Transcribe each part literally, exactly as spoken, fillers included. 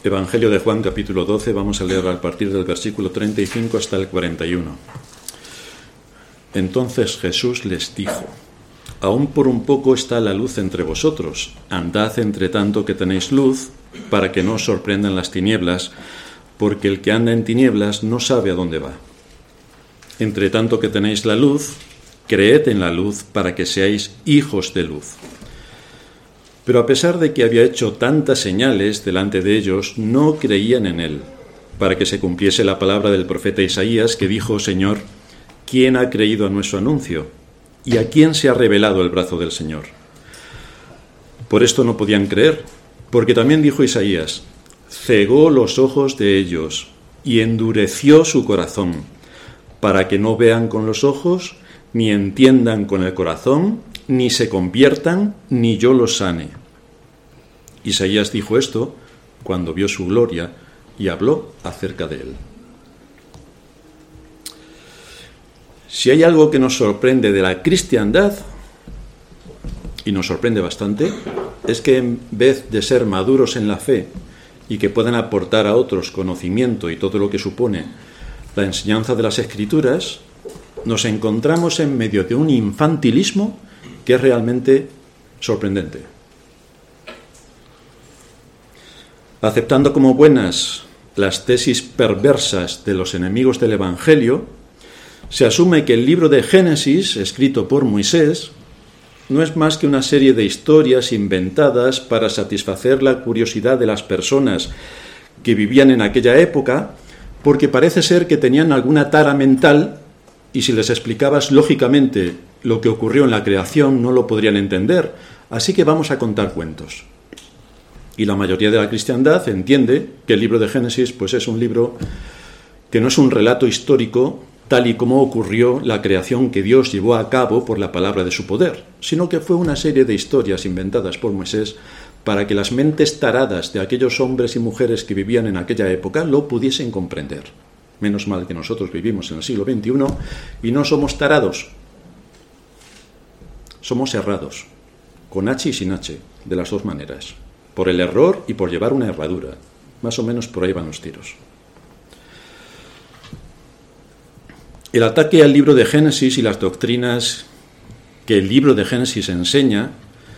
Evangelio de Juan, capítulo doce, vamos a leer a partir del versículo treinta y cinco hasta el cuarenta y uno. Entonces Jesús les dijo: aún por un poco está la luz entre vosotros, andad entre tanto que tenéis luz, para que no os sorprendan las tinieblas, porque el que anda en tinieblas no sabe a dónde va. Entre tanto que tenéis la luz, creed en la luz, para que seáis hijos de luz. Pero a pesar de que había hecho tantas señales delante de ellos, no creían en él, para que se cumpliese la palabra del profeta Isaías, que dijo: Señor, ¿quién ha creído a nuestro anuncio? ¿Y a quién se ha revelado el brazo del Señor? Por esto no podían creer, porque también dijo Isaías: cegó los ojos de ellos y endureció su corazón, para que no vean con los ojos, ni entiendan con el corazón, ni se conviertan, ni yo los sane. Isaías dijo esto cuando vio su gloria y habló acerca de él. Si hay algo que nos sorprende de la cristiandad, y nos sorprende bastante, es que en vez de ser maduros en la fe y que puedan aportar a otros conocimiento y todo lo que supone la enseñanza de las Escrituras, nos encontramos en medio de un infantilismo que es realmente sorprendente. Aceptando como buenas las tesis perversas de los enemigos del Evangelio, se asume que el libro de Génesis, escrito por Moisés, no es más que una serie de historias inventadas para satisfacer la curiosidad de las personas que vivían en aquella época, porque parece ser que tenían alguna tara mental y si les explicabas lógicamente lo que ocurrió en la creación no lo podrían entender, así que vamos a contar cuentos. Y la mayoría de la cristiandad entiende que el libro de Génesis pues es un libro que no es un relato histórico tal y como ocurrió la creación que Dios llevó a cabo por la palabra de su poder, sino que fue una serie de historias inventadas por Moisés para que las mentes taradas de aquellos hombres y mujeres que vivían en aquella época lo pudiesen comprender. Menos mal que nosotros vivimos en el siglo veintiuno y no somos tarados, somos errados, con H y sin H, de las dos maneras, por el error y por llevar una herradura. Más o menos por ahí van los tiros. El ataque al libro de Génesis y las doctrinas que el libro de Génesis enseña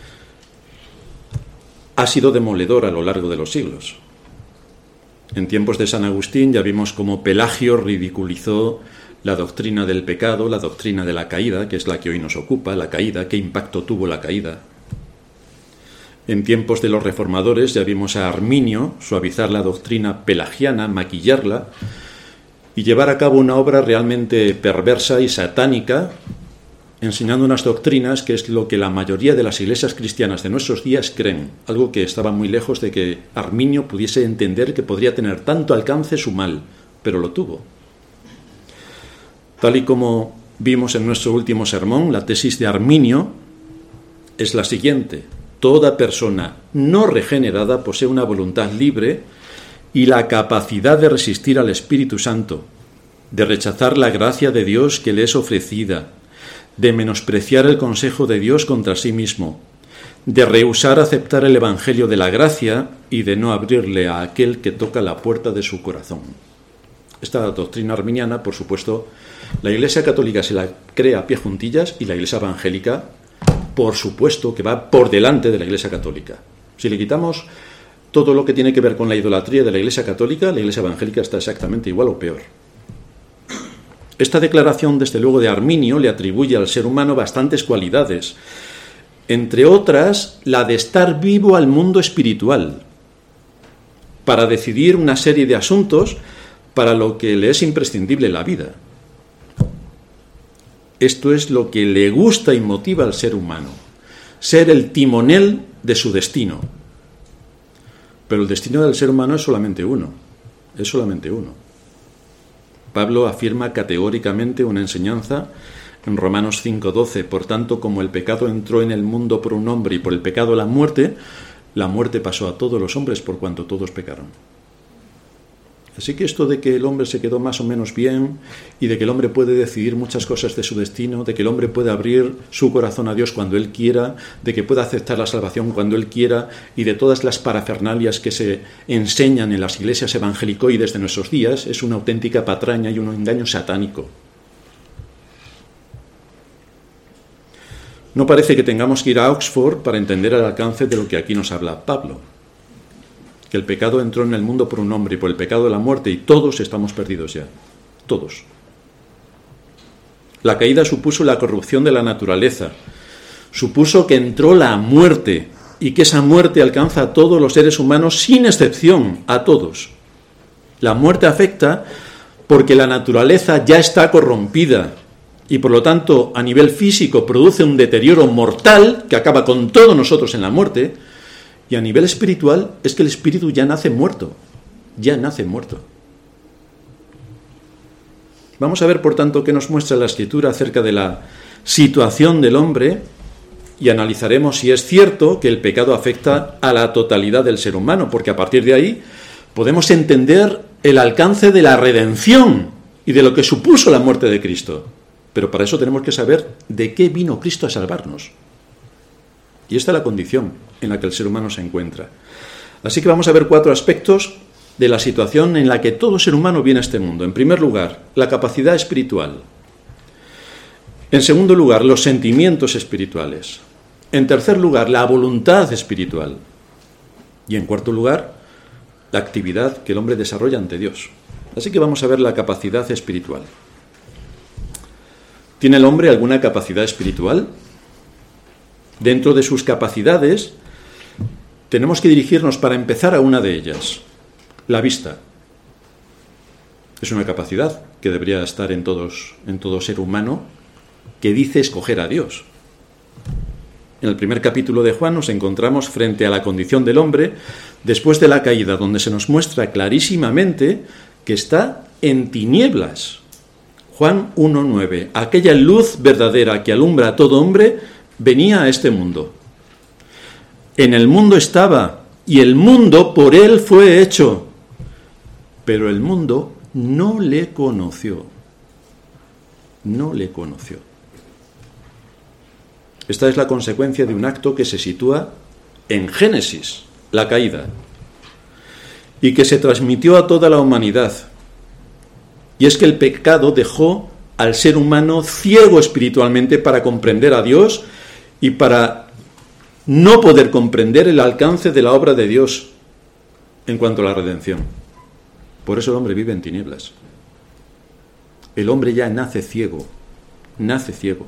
ha sido demoledor a lo largo de los siglos. En tiempos de San Agustín ya vimos cómo Pelagio ridiculizó la doctrina del pecado, la doctrina de la caída, que es la que hoy nos ocupa, la caída, qué impacto tuvo la caída. En tiempos de los reformadores ya vimos a Arminio suavizar la doctrina pelagiana, maquillarla y llevar a cabo una obra realmente perversa y satánica, enseñando unas doctrinas que es lo que la mayoría de las iglesias cristianas de nuestros días creen, algo que estaba muy lejos de que Arminio pudiese entender que podría tener tanto alcance su mal, pero lo tuvo. Tal y como vimos en nuestro último sermón, la tesis de Arminio es la siguiente: toda persona no regenerada posee una voluntad libre y la capacidad de resistir al Espíritu Santo, de rechazar la gracia de Dios que le es ofrecida, de menospreciar el consejo de Dios contra sí mismo, de rehusar aceptar el Evangelio de la gracia y de no abrirle a aquel que toca la puerta de su corazón. Esta doctrina arminiana, por supuesto, la Iglesia Católica se la cree a pie juntillas y la Iglesia Evangélica, por supuesto, que va por delante de la Iglesia Católica. Si le quitamos todo lo que tiene que ver con la idolatría de la Iglesia Católica, la Iglesia Evangélica está exactamente igual o peor. Esta declaración, desde luego, de Arminio le atribuye al ser humano bastantes cualidades, entre otras, la de estar vivo al mundo espiritual, para decidir una serie de asuntos para lo que le es imprescindible la vida. Esto es lo que le gusta y motiva al ser humano, ser el timonel de su destino. Pero el destino del ser humano es solamente uno, es solamente uno. Pablo afirma categóricamente una enseñanza en Romanos cinco doce: por tanto, como el pecado entró en el mundo por un hombre y por el pecado la muerte, la muerte pasó a todos los hombres por cuanto todos pecaron. Así que esto de que el hombre se quedó más o menos bien y de que el hombre puede decidir muchas cosas de su destino, de que el hombre puede abrir su corazón a Dios cuando él quiera, de que pueda aceptar la salvación cuando él quiera, y de todas las parafernalias que se enseñan en las iglesias evangelicoides de nuestros días, es una auténtica patraña y un engaño satánico. No parece que tengamos que ir a Oxford para entender el alcance de lo que aquí nos habla Pablo. Que el pecado entró en el mundo por un hombre y por el pecado de la muerte, y todos estamos perdidos ya. Todos. La caída supuso la corrupción de la naturaleza. Supuso que entró la muerte, y que esa muerte alcanza a todos los seres humanos sin excepción, a todos. La muerte afecta porque la naturaleza ya está corrompida, y por lo tanto a nivel físico produce un deterioro mortal que acaba con todos nosotros en la muerte. Y a nivel espiritual es que el espíritu ya nace muerto, ya nace muerto. Vamos a ver, por tanto, qué nos muestra la Escritura acerca de la situación del hombre, y analizaremos si es cierto que el pecado afecta a la totalidad del ser humano, porque a partir de ahí podemos entender el alcance de la redención y de lo que supuso la muerte de Cristo. Pero para eso tenemos que saber de qué vino Cristo a salvarnos. Y esta es la condición en la que el ser humano se encuentra. Así que vamos a ver cuatro aspectos de la situación en la que todo ser humano viene a este mundo. En primer lugar, la capacidad espiritual. En segundo lugar, los sentimientos espirituales. En tercer lugar, la voluntad espiritual. Y en cuarto lugar, la actividad que el hombre desarrolla ante Dios. Así que vamos a ver la capacidad espiritual. ¿Tiene el hombre alguna capacidad espiritual? Dentro de sus capacidades, tenemos que dirigirnos para empezar a una de ellas, la vista. Es una capacidad que debería estar en, todos, en todo ser humano que dice escoger a Dios. En el primer capítulo de Juan nos encontramos frente a la condición del hombre después de la caída, donde se nos muestra clarísimamente que está en tinieblas. Juan uno nueve. Aquella luz verdadera que alumbra a todo hombre venía a este mundo. En el mundo estaba, y el mundo por él fue hecho, pero el mundo no le conoció. No le conoció. Esta es la consecuencia de un acto que se sitúa en Génesis, la caída, y que se transmitió a toda la humanidad. Y es que el pecado dejó al ser humano ciego espiritualmente para comprender a Dios y para no poder comprender el alcance de la obra de Dios en cuanto a la redención. Por eso el hombre vive en tinieblas. El hombre ya nace ciego, nace ciego.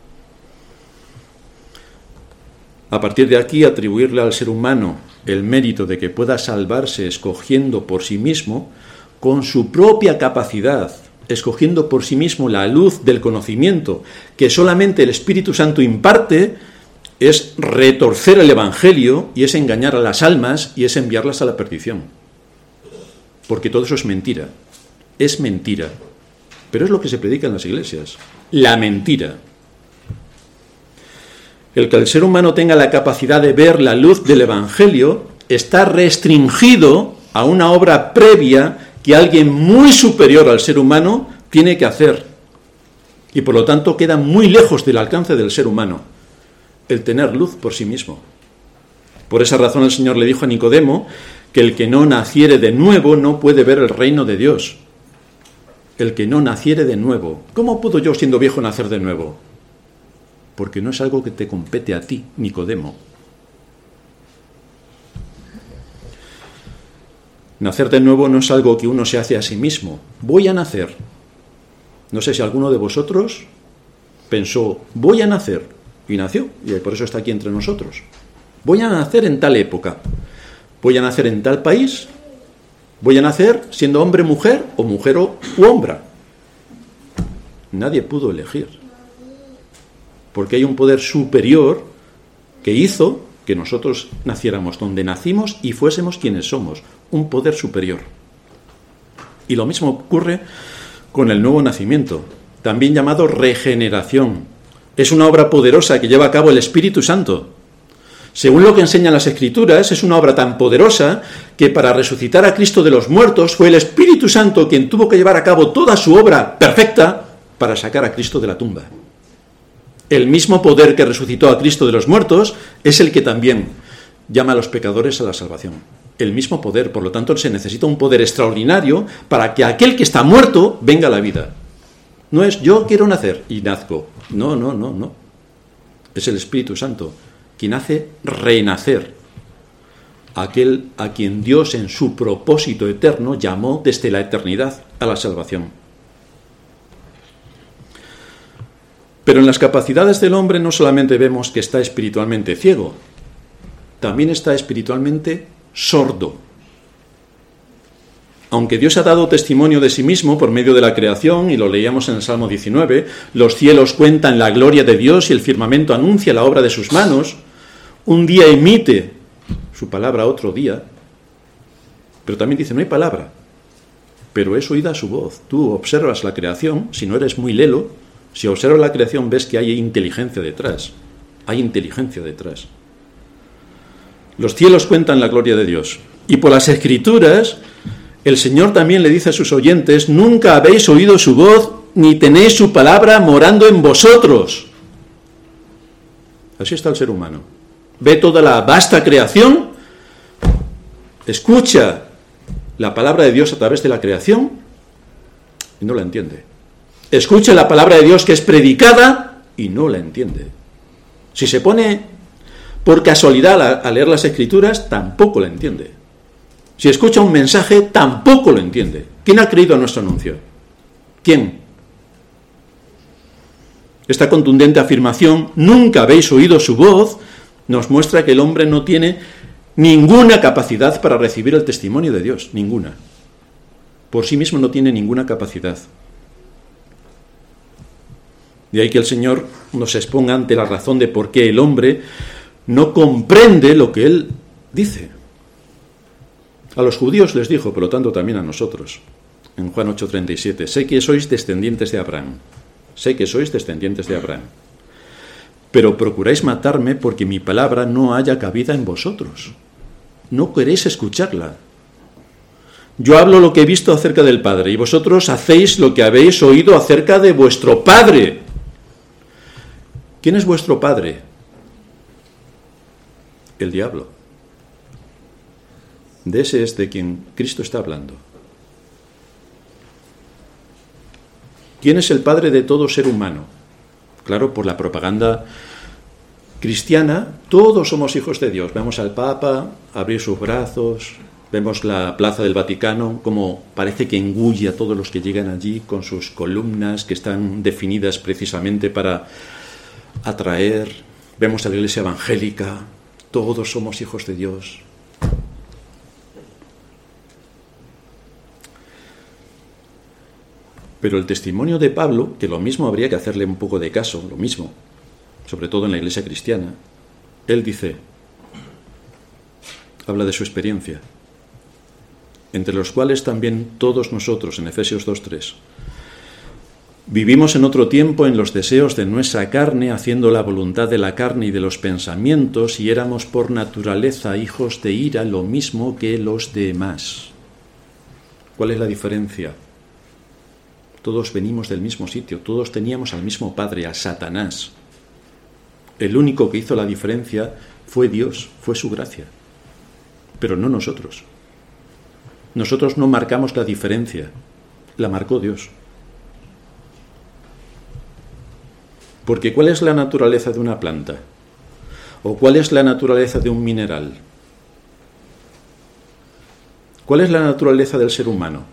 A partir de aquí, atribuirle al ser humano el mérito de que pueda salvarse escogiendo por sí mismo, con su propia capacidad, escogiendo por sí mismo la luz del conocimiento que solamente el Espíritu Santo imparte, es retorcer el Evangelio y es engañar a las almas y es enviarlas a la perdición. Porque todo eso es mentira. Es mentira. Pero es lo que se predica en las iglesias. La mentira. El que el ser humano tenga la capacidad de ver la luz del Evangelio está restringido a una obra previa que alguien muy superior al ser humano tiene que hacer. Y por lo tanto queda muy lejos del alcance del ser humano el tener luz por sí mismo. Por esa razón el Señor le dijo a Nicodemo que el que no naciere de nuevo no puede ver el reino de Dios. El que no naciere de nuevo. ¿Cómo puedo yo, siendo viejo, nacer de nuevo? Porque no es algo que te compete a ti, Nicodemo. Nacer de nuevo no es algo que uno se hace a sí mismo. Voy a nacer. No sé si alguno de vosotros pensó, voy a nacer, y nació, y por eso está aquí entre nosotros. Voy a nacer en tal época. Voy a nacer en tal país. Voy a nacer siendo hombre, mujer, o mujer o u hombre. Nadie pudo elegir. Porque hay un poder superior que hizo que nosotros naciéramos donde nacimos y fuésemos quienes somos. Un poder superior. Y lo mismo ocurre con el nuevo nacimiento, también llamado regeneración. Es una obra poderosa que lleva a cabo el Espíritu Santo. Según lo que enseñan las Escrituras, es una obra tan poderosa que para resucitar a Cristo de los muertos fue el Espíritu Santo quien tuvo que llevar a cabo toda su obra perfecta para sacar a Cristo de la tumba. El mismo poder que resucitó a Cristo de los muertos es el que también llama a los pecadores a la salvación. El mismo poder, por lo tanto, se necesita un poder extraordinario para que aquel que está muerto venga a la vida. No es yo quiero nacer y nazco. No, no, no, no. Es el Espíritu Santo quien hace renacer aquel a quien Dios en su propósito eterno llamó desde la eternidad a la salvación. Pero en las capacidades del hombre no solamente vemos que está espiritualmente ciego, también está espiritualmente sordo. Aunque Dios ha dado testimonio de sí mismo por medio de la creación, y lo leíamos en el Salmo diecinueve, los cielos cuentan la gloria de Dios y el firmamento anuncia la obra de sus manos, un día emite su palabra otro día, pero también dice, no hay palabra, pero es oída su voz. Tú observas la creación, si no eres muy lelo, si observas la creación ves que hay inteligencia detrás, hay inteligencia detrás. Los cielos cuentan la gloria de Dios, y por las Escrituras el Señor también le dice a sus oyentes, nunca habéis oído su voz, ni tenéis su palabra morando en vosotros. Así está el ser humano. Ve toda la vasta creación, escucha la palabra de Dios a través de la creación y no la entiende. Escucha la palabra de Dios que es predicada y no la entiende. Si se pone por casualidad a, a leer las Escrituras, tampoco la entiende. Si escucha un mensaje, tampoco lo entiende. ¿Quién ha creído a nuestro anuncio? ¿Quién? Esta contundente afirmación, nunca habéis oído su voz, nos muestra que el hombre no tiene ninguna capacidad para recibir el testimonio de Dios, ninguna. Por sí mismo no tiene ninguna capacidad. De ahí que el Señor nos exponga ante la razón de por qué el hombre no comprende lo que Él dice. A los judíos les dijo, por lo tanto también a nosotros, en Juan ocho treinta y siete, sé que sois descendientes de Abraham, sé que sois descendientes de Abraham, pero procuráis matarme porque mi palabra no haya cabida en vosotros. No queréis escucharla. Yo hablo lo que he visto acerca del Padre, y vosotros hacéis lo que habéis oído acerca de vuestro Padre. ¿Quién es vuestro Padre? El diablo. De ese es de quien Cristo está hablando. ¿Quién es el Padre de todo ser humano? Claro, por la propaganda cristiana, todos somos hijos de Dios. Vemos al Papa abrir sus brazos, vemos la Plaza del Vaticano, como parece que engulle a todos los que llegan allí con sus columnas que están definidas precisamente para atraer. Vemos a la Iglesia evangélica, todos somos hijos de Dios. Pero el testimonio de Pablo, que lo mismo habría que hacerle un poco de caso, lo mismo, sobre todo en la Iglesia cristiana, él dice, habla de su experiencia, entre los cuales también todos nosotros, en Efesios dos tres, vivimos en otro tiempo en los deseos de nuestra carne, haciendo la voluntad de la carne y de los pensamientos, y éramos por naturaleza hijos de ira, lo mismo que los demás. ¿Cuál es la diferencia? Todos venimos del mismo sitio, todos teníamos al mismo padre, a Satanás. El único que hizo la diferencia fue Dios, fue su gracia, pero no nosotros. Nosotros no marcamos la diferencia, la marcó Dios. Porque ¿cuál es la naturaleza de una planta? ¿O cuál es la naturaleza de un mineral? ¿Cuál es la naturaleza del ser humano?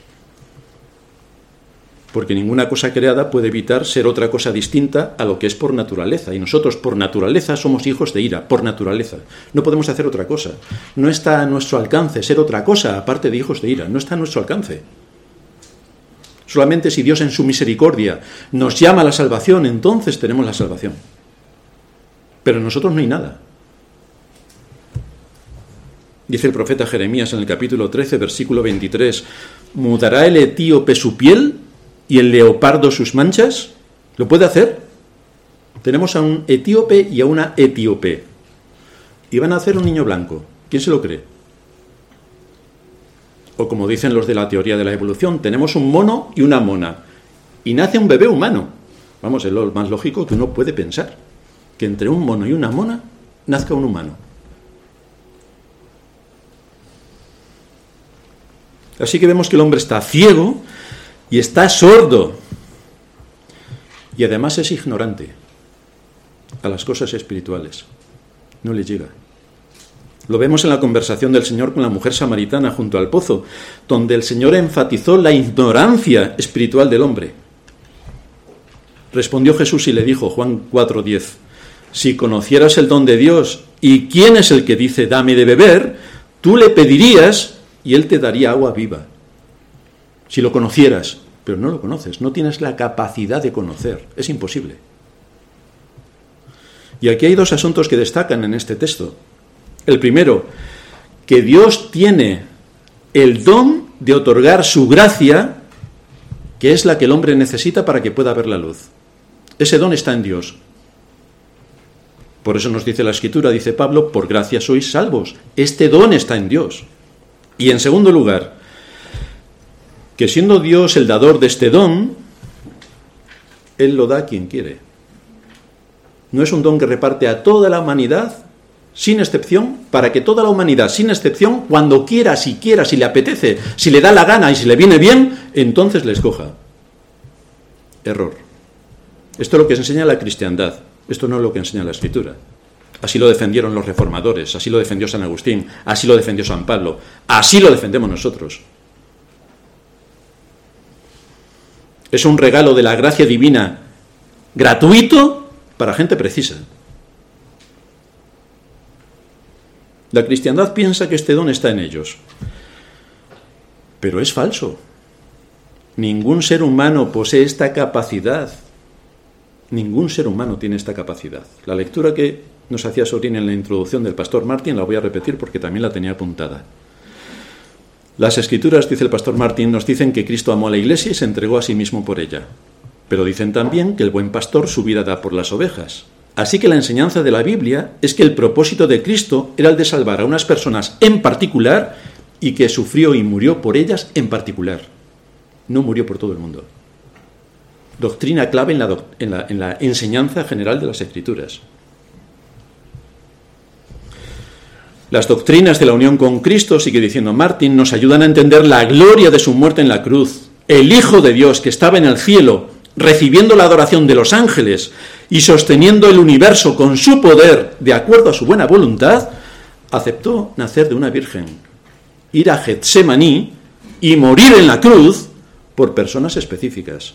Porque ninguna cosa creada puede evitar ser otra cosa distinta a lo que es por naturaleza. Y nosotros, por naturaleza, somos hijos de ira, por naturaleza. No podemos hacer otra cosa. No está a nuestro alcance ser otra cosa, aparte de hijos de ira. No está a nuestro alcance. Solamente si Dios en su misericordia nos llama a la salvación, entonces tenemos la salvación. Pero en nosotros no hay nada. Dice el profeta Jeremías en el capítulo trece, versículo veintitrés, ¿mudará el etíope su piel y el leopardo sus manchas? ¿Lo puede hacer? Tenemos a un etíope y a una etíope. y van a hacer un niño blanco. ¿Quién se lo cree? O como dicen los de la teoría de la evolución, tenemos un mono y una mona, y nace un bebé humano. Vamos, es lo más lógico que uno puede pensar, que entre un mono y una mona nazca un humano. Así que vemos que el hombre está ciego y está sordo, y además es ignorante a las cosas espirituales. No le llega. Lo vemos en la conversación del Señor con la mujer samaritana junto al pozo, donde el Señor enfatizó la ignorancia espiritual del hombre. Respondió Jesús y le dijo, Juan cuatro diez, si conocieras el don de Dios y quién es el que dice dame de beber, tú le pedirías y él te daría agua viva. Si lo conocieras, pero no lo conoces, no tienes la capacidad de conocer, es imposible. Y aquí hay dos asuntos que destacan en este texto. El primero, que Dios tiene el don de otorgar su gracia, que es la que el hombre necesita para que pueda ver la luz. Ese don está en Dios. Por eso nos dice la Escritura, dice Pablo, por gracia sois salvos. Este don está en Dios. Y en segundo lugar, que siendo Dios el dador de este don, Él lo da a quien quiere. No es un don que reparte a toda la humanidad, sin excepción, para que toda la humanidad, sin excepción, cuando quiera, si quiera, si le apetece, si le da la gana y si le viene bien, entonces le escoja. Error. Esto es lo que enseña la cristiandad, esto no es lo que enseña la Escritura. Así lo defendieron los reformadores, así lo defendió San Agustín, así lo defendió San Pablo, así lo defendemos nosotros. Es un regalo de la gracia divina gratuito para gente precisa. La cristiandad piensa que este don está en ellos, pero es falso. Ningún ser humano posee esta capacidad. Ningún ser humano tiene esta capacidad. La lectura que nos hacía Sorín en la introducción del pastor Martín la voy a repetir porque también la tenía apuntada. Las Escrituras, dice el pastor Martín, nos dicen que Cristo amó a la Iglesia y se entregó a sí mismo por ella. Pero dicen también que el buen pastor su vida da por las ovejas. Así que la enseñanza de la Biblia es que el propósito de Cristo era el de salvar a unas personas en particular y que sufrió y murió por ellas en particular. No murió por todo el mundo. Doctrina clave en la, doc- en la, en la enseñanza general de las Escrituras. Las doctrinas de la unión con Cristo, sigue diciendo Martín, nos ayudan a entender la gloria de su muerte en la cruz. El Hijo de Dios que estaba en el cielo, recibiendo la adoración de los ángeles y sosteniendo el universo con su poder de acuerdo a su buena voluntad, aceptó nacer de una virgen, ir a Getsemaní y morir en la cruz por personas específicas.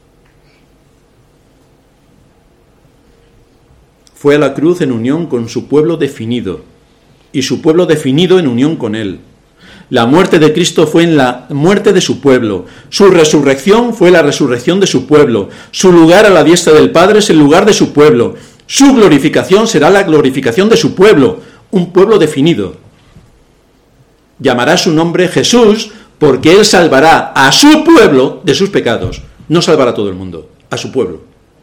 Fue a la cruz en unión con su pueblo definido y su pueblo definido en unión con él. La muerte de Cristo fue en la muerte de su pueblo. Su resurrección fue la resurrección de su pueblo. Su lugar a la diestra del Padre es el lugar de su pueblo. Su glorificación será la glorificación de su pueblo, un pueblo definido. Llamará su nombre Jesús porque Él salvará a su pueblo de sus pecados. No salvará a todo el mundo, a su pueblo.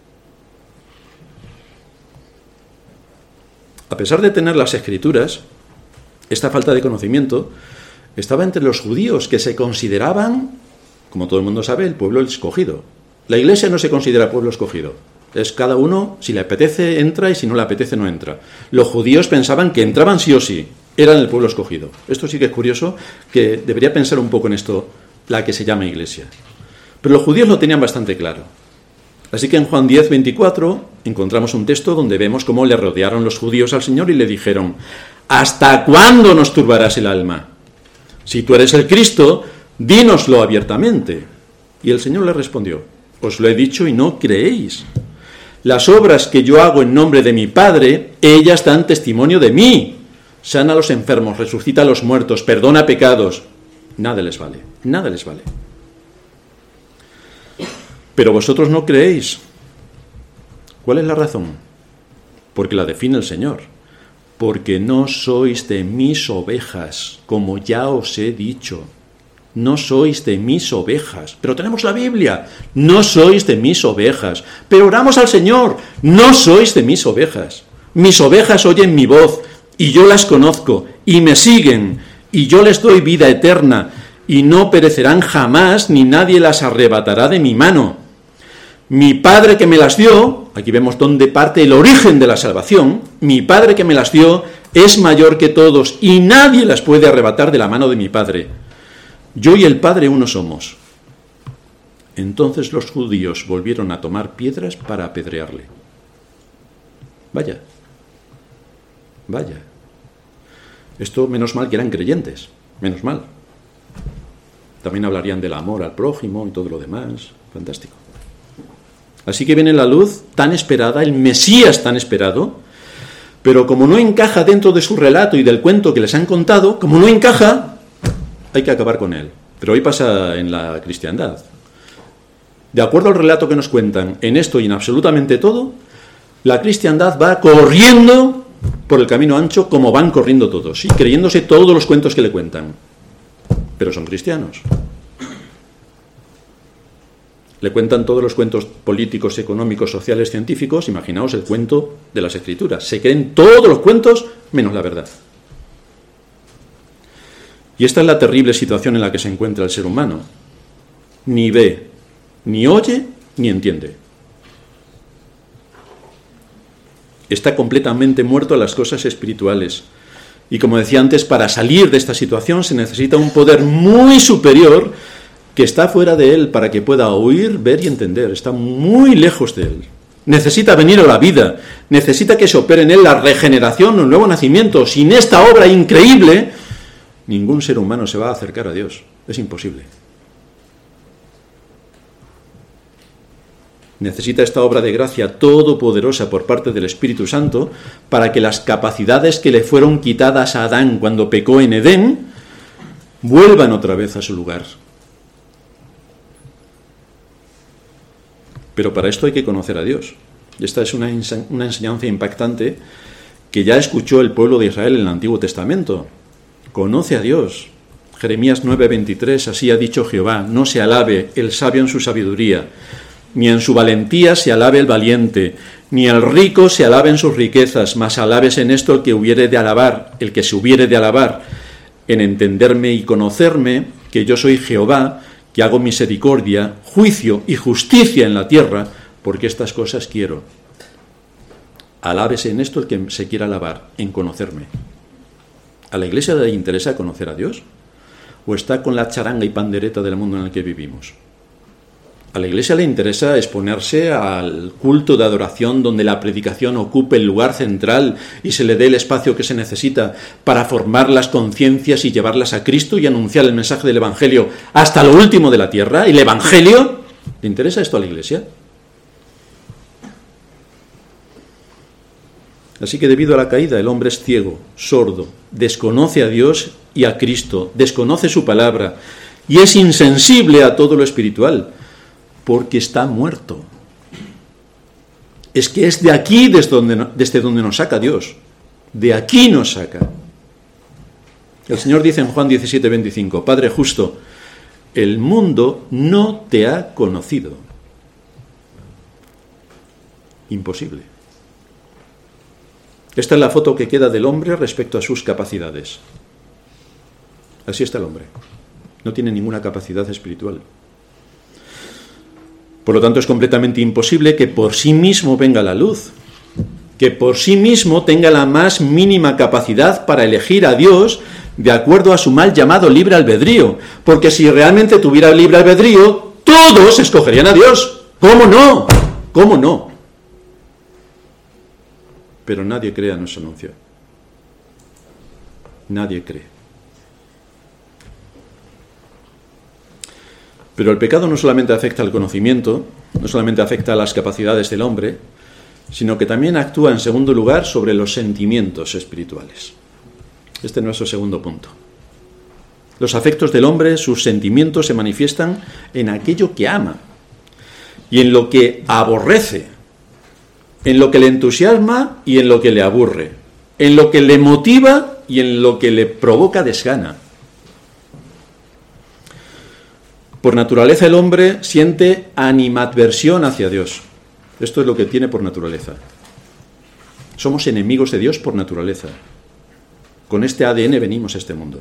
A pesar de tener las Escrituras, esta falta de conocimiento estaba entre los judíos, que se consideraban, como todo el mundo sabe, el pueblo escogido. La Iglesia no se considera pueblo escogido. Es cada uno, si le apetece, entra, y si no le apetece, no entra. Los judíos pensaban que entraban sí o sí, eran el pueblo escogido. Esto sí que es curioso, que debería pensar un poco en esto, la que se llama Iglesia. Pero los judíos lo tenían bastante claro. Así que en Juan diez, veinticuatro encontramos un texto donde vemos cómo le rodearon los judíos al Señor y le dijeron: ¿hasta cuándo nos turbarás el alma? Si tú eres el Cristo, dínoslo abiertamente. Y el Señor le respondió: os lo he dicho y no creéis. Las obras que yo hago en nombre de mi Padre, ellas dan testimonio de mí. Sana a los enfermos, resucita a los muertos, perdona pecados. Nada les vale, nada les vale. Pero vosotros no creéis. ¿Cuál es la razón? Porque la define el Señor. Porque no sois de mis ovejas, como ya os he dicho. No sois de mis ovejas. Pero tenemos la Biblia. No sois de mis ovejas. Pero oramos al Señor. No sois de mis ovejas. Mis ovejas oyen mi voz, y yo las conozco, y me siguen, y yo les doy vida eterna, y no perecerán jamás, ni nadie las arrebatará de mi mano. Mi Padre que me las dio, aquí vemos dónde parte el origen de la salvación, mi Padre que me las dio es mayor que todos, y nadie las puede arrebatar de la mano de mi Padre. Yo y el Padre uno somos. Entonces los judíos volvieron a tomar piedras para apedrearle. Vaya, vaya. Esto menos mal que eran creyentes, menos mal. También hablarían del amor al prójimo y todo lo demás. Fantástico. Así que viene la luz tan esperada, el Mesías tan esperado, pero como no encaja dentro de su relato y del cuento que les han contado, como no encaja, hay que acabar con él. Pero hoy pasa en la cristiandad. De acuerdo al relato que nos cuentan en esto y en absolutamente todo, la cristiandad va corriendo por el camino ancho como van corriendo todos, ¿sí? Creyéndose todos los cuentos que le cuentan. Pero son cristianos. Le cuentan todos los cuentos políticos, económicos, sociales, científicos. Imaginaos el cuento de las Escrituras. Se creen todos los cuentos menos la verdad. Y esta es la terrible situación en la que se encuentra el ser humano. Ni ve, ni oye, ni entiende. Está completamente muerto a las cosas espirituales. Y como decía antes, para salir de esta situación se necesita un poder muy superior que está fuera de él para que pueda oír, ver y entender. Está muy lejos de él. Necesita venir a la vida. Necesita que se opere en él la regeneración, el nuevo nacimiento. Sin esta obra increíble, ningún ser humano se va a acercar a Dios. Es imposible. Necesita esta obra de gracia todopoderosa por parte del Espíritu Santo para que las capacidades que le fueron quitadas a Adán cuando pecó en Edén vuelvan otra vez a su lugar. Pero para esto hay que conocer a Dios. Y esta es una, ense- una enseñanza impactante que ya escuchó el pueblo de Israel en el Antiguo Testamento. Conoce a Dios. Jeremías nueve veintitrés, así ha dicho Jehová, no se alabe el sabio en su sabiduría, ni en su valentía se alabe el valiente, ni el rico se alabe en sus riquezas, mas alabes en esto el que hubiere de alabar, el que se hubiere de alabar, en entenderme y conocerme, que yo soy Jehová, que hago misericordia, juicio y justicia en la tierra, porque estas cosas quiero. Alábese en esto el que se quiera alabar, en conocerme. ¿A la Iglesia le interesa conocer a Dios? ¿O está con la charanga y pandereta del mundo en el que vivimos? A la Iglesia le interesa exponerse al culto de adoración donde la predicación ocupe el lugar central y se le dé el espacio que se necesita para formar las conciencias y llevarlas a Cristo y anunciar el mensaje del Evangelio hasta lo último de la tierra. ¿El Evangelio? ¿Le interesa esto a la Iglesia? Así que debido a la caída el hombre es ciego, sordo, desconoce a Dios y a Cristo, desconoce su palabra y es insensible a todo lo espiritual. Porque está muerto. Es que es de aquí desde donde, desde donde nos saca Dios. De aquí nos saca. El Señor dice en Juan diecisiete veinticinco, Padre justo, el mundo no te ha conocido. Imposible. Esta es la foto que queda del hombre respecto a sus capacidades. Así está el hombre. No tiene ninguna capacidad espiritual. Por lo tanto, es completamente imposible que por sí mismo venga la luz, que por sí mismo tenga la más mínima capacidad para elegir a Dios de acuerdo a su mal llamado libre albedrío. Porque si realmente tuviera libre albedrío, todos escogerían a Dios. ¿Cómo no? ¿Cómo no? Pero nadie cree a nuestro anuncio. Nadie cree. Pero el pecado no solamente afecta al conocimiento, no solamente afecta a las capacidades del hombre, sino que también actúa en segundo lugar sobre los sentimientos espirituales. Este es nuestro segundo punto. Los afectos del hombre, sus sentimientos se manifiestan en aquello que ama y en lo que aborrece, en lo que le entusiasma y en lo que le aburre, en lo que le motiva y en lo que le provoca desgana. Por naturaleza el hombre siente animadversión hacia Dios. Esto es lo que tiene por naturaleza. Somos enemigos de Dios por naturaleza. Con este A D N venimos a este mundo.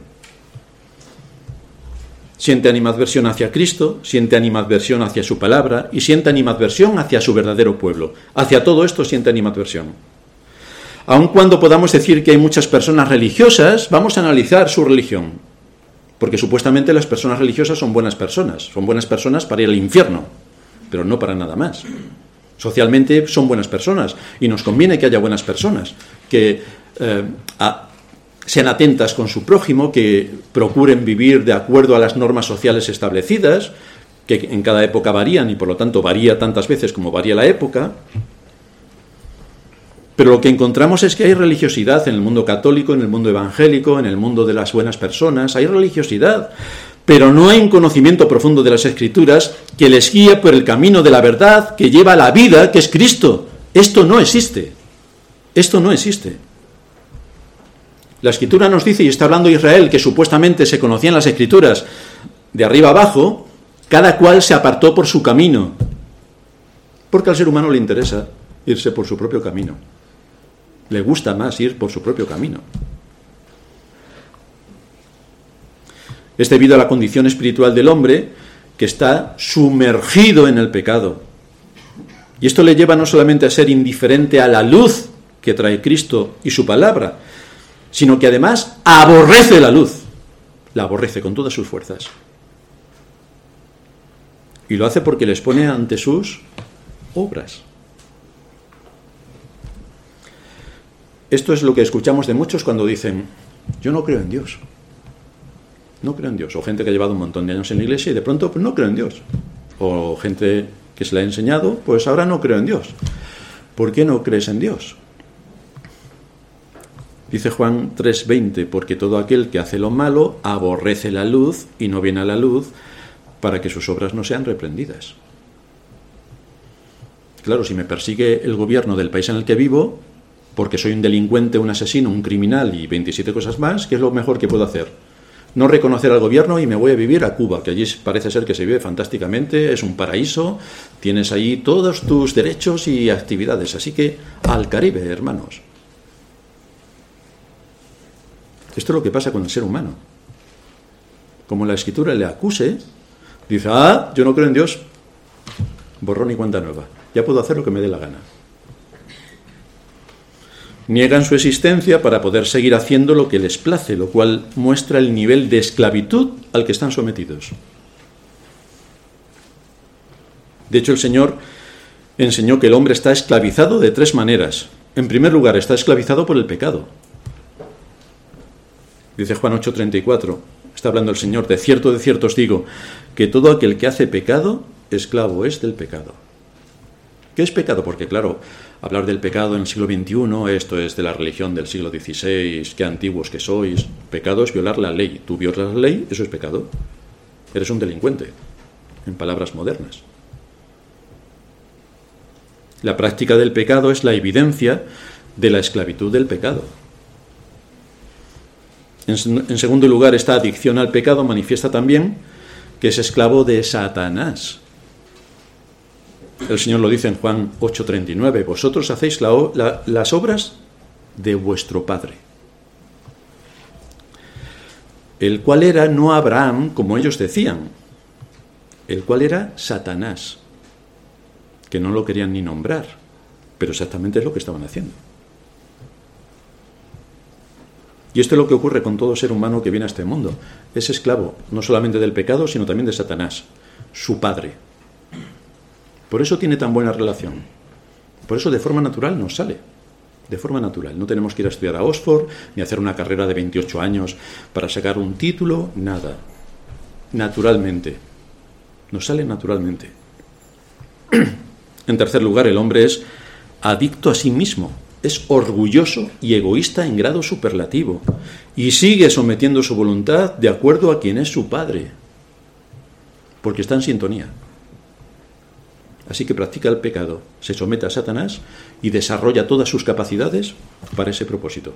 Siente animadversión hacia Cristo, siente animadversión hacia su palabra y siente animadversión hacia su verdadero pueblo. Hacia todo esto siente animadversión. Aun cuando podamos decir que hay muchas personas religiosas, vamos a analizar su religión. Porque supuestamente las personas religiosas son buenas personas. Son buenas personas para ir al infierno, pero no para nada más. Socialmente son buenas personas y nos conviene que haya buenas personas, que eh, a, sean atentas con su prójimo, que procuren vivir de acuerdo a las normas sociales establecidas, que en cada época varían y por lo tanto varía tantas veces como varía la época. Pero lo que encontramos es que hay religiosidad en el mundo católico, en el mundo evangélico, en el mundo de las buenas personas, hay religiosidad, pero no hay un conocimiento profundo de las Escrituras que les guíe por el camino de la verdad que lleva a la vida, que es Cristo. Esto no existe. Esto no existe. La Escritura nos dice, y está hablando Israel, que supuestamente se conocían las Escrituras de arriba abajo, cada cual se apartó por su camino, porque al ser humano le interesa irse por su propio camino. Le gusta más ir por su propio camino. Es debido a la condición espiritual del hombre que está sumergido en el pecado. Y esto le lleva no solamente a ser indiferente a la luz que trae Cristo y su palabra, sino que además aborrece la luz. La aborrece con todas sus fuerzas. Y lo hace porque les pone ante sus obras. Esto es lo que escuchamos de muchos cuando dicen, yo no creo en Dios. No creo en Dios. O gente que ha llevado un montón de años en la iglesia y de pronto pues, no creo en Dios. O gente que se le ha enseñado, pues ahora no creo en Dios. ¿Por qué no crees en Dios? Dice Juan tres veinte, porque todo aquel que hace lo malo aborrece la luz y no viene a la luz para que sus obras no sean reprendidas. Claro, si me persigue el gobierno del país en el que vivo, porque soy un delincuente, un asesino, un criminal y veintisiete cosas más, ¿qué es lo mejor que puedo hacer? No reconocer al gobierno y me voy a vivir a Cuba, que allí parece ser que se vive fantásticamente, es un paraíso, tienes ahí todos tus derechos y actividades, así que al Caribe, hermanos. Esto es lo que pasa con el ser humano. Como la Escritura le acuse, dice, ah, yo no creo en Dios, borrón y cuenta nueva, ya puedo hacer lo que me dé la gana. Niegan su existencia para poder seguir haciendo lo que les place, lo cual muestra el nivel de esclavitud al que están sometidos. De hecho, el Señor enseñó que el hombre está esclavizado de tres maneras. En primer lugar, está esclavizado por el pecado. Dice Juan ocho treinta y cuatro, está hablando el Señor, de cierto, de cierto os digo, que todo aquel que hace pecado, esclavo es del pecado. ¿Qué es pecado? Porque claro, hablar del pecado en el siglo veintiuno, esto es de la religión del siglo dieciséis, qué antiguos que sois. Pecado es violar la ley. Tú violas la ley, eso es pecado. Eres un delincuente, en palabras modernas. La práctica del pecado es la evidencia de la esclavitud del pecado. En, en segundo lugar, esta adicción al pecado manifiesta también que es esclavo de Satanás. El Señor lo dice en Juan ocho treinta y nueve, vosotros hacéis la, la, las obras de vuestro padre, el cual era no Abraham, como ellos decían, el cual era Satanás, que no lo querían ni nombrar, pero exactamente es lo que estaban haciendo. Y esto es lo que ocurre con todo ser humano que viene a este mundo. Es esclavo, no solamente del pecado, sino también de Satanás, su padre. Por eso tiene tan buena relación. Por eso de forma natural nos sale. De forma natural. No tenemos que ir a estudiar a Oxford, ni hacer una carrera de veintiocho años para sacar un título, nada. Naturalmente. Nos sale naturalmente. En tercer lugar, el hombre es adicto a sí mismo. Es orgulloso y egoísta en grado superlativo. Y sigue sometiendo su voluntad de acuerdo a quien es su padre. Porque está en sintonía. Así que practica el pecado, se somete a Satanás y desarrolla todas sus capacidades para ese propósito.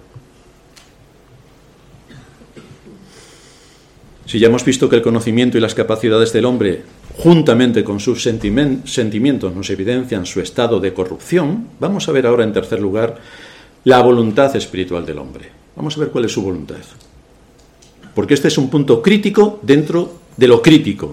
Si ya hemos visto que el conocimiento y las capacidades del hombre, juntamente con sus sentimen- sentimientos, nos evidencian su estado de corrupción, vamos a ver ahora en tercer lugar la voluntad espiritual del hombre. Vamos a ver cuál es su voluntad. Porque este es un punto crítico dentro de lo crítico.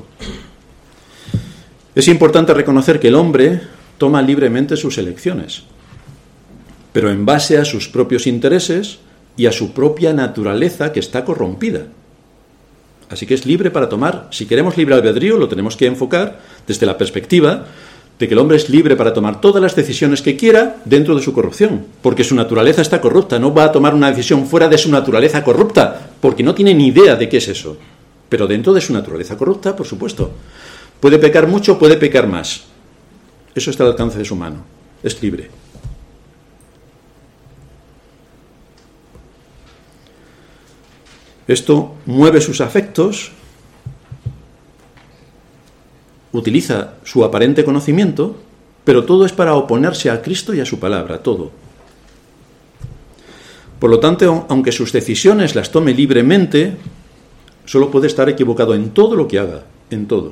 Es importante reconocer que el hombre toma libremente sus elecciones, pero en base a sus propios intereses y a su propia naturaleza que está corrompida. Así que es libre para tomar, si queremos libre albedrío, lo tenemos que enfocar desde la perspectiva de que el hombre es libre para tomar todas las decisiones que quiera dentro de su corrupción, porque su naturaleza está corrupta, no va a tomar una decisión fuera de su naturaleza corrupta, porque no tiene ni idea de qué es eso. Pero dentro de su naturaleza corrupta, por supuesto. Puede pecar mucho, puede pecar más. Eso está al alcance de su mano. Es libre. Esto mueve sus afectos, utiliza su aparente conocimiento, pero todo es para oponerse a Cristo y a su palabra, todo. Por lo tanto, aunque sus decisiones las tome libremente, solo puede estar equivocado en todo lo que haga, en todo.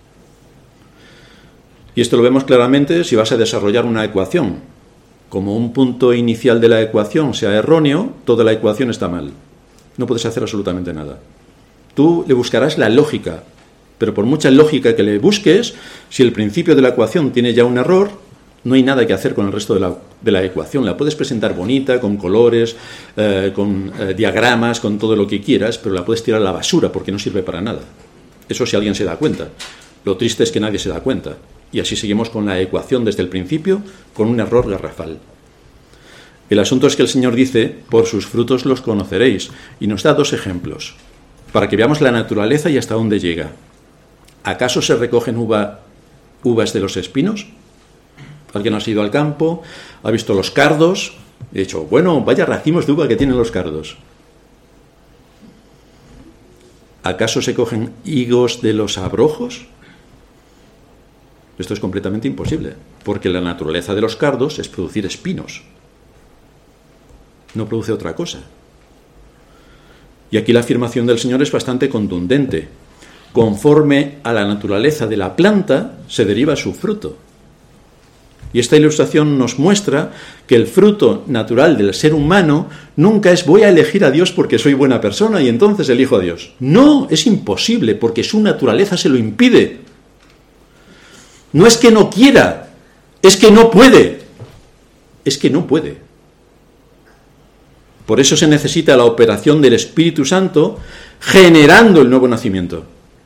Y esto lo vemos claramente si vas a desarrollar una ecuación. Como un punto inicial de la ecuación sea erróneo, toda la ecuación está mal. No puedes hacer absolutamente nada. Tú le buscarás la lógica, pero por mucha lógica que le busques, si el principio de la ecuación tiene ya un error, no hay nada que hacer con el resto de la, de la ecuación. La puedes presentar bonita, con colores, eh, con eh, diagramas, con todo lo que quieras, pero la puedes tirar a la basura porque no sirve para nada. Eso si alguien se da cuenta. Lo triste es que nadie se da cuenta. Y así seguimos con la ecuación desde el principio, con un error garrafal. El asunto es que el Señor dice, por sus frutos los conoceréis, y nos da dos ejemplos, para que veamos la naturaleza y hasta dónde llega. ¿Acaso se recogen uva, uvas de los espinos? ¿Alguien ha ido al campo? ¿Ha visto los cardos? He dicho, bueno, vaya racimos de uva que tienen los cardos. ¿Acaso se cogen higos de los abrojos? Esto es completamente imposible, porque la naturaleza de los cardos es producir espinos. No produce otra cosa. Y aquí la afirmación del Señor es bastante contundente. Conforme a la naturaleza de la planta, se deriva su fruto. Y esta ilustración nos muestra que el fruto natural del ser humano nunca es voy a elegir a Dios porque soy buena persona y entonces elijo a Dios. No, es imposible porque su naturaleza se lo impide. No es que no quiera, es que no puede. Es que no puede. Por eso se necesita la operación del Espíritu Santo generando el nuevo nacimiento.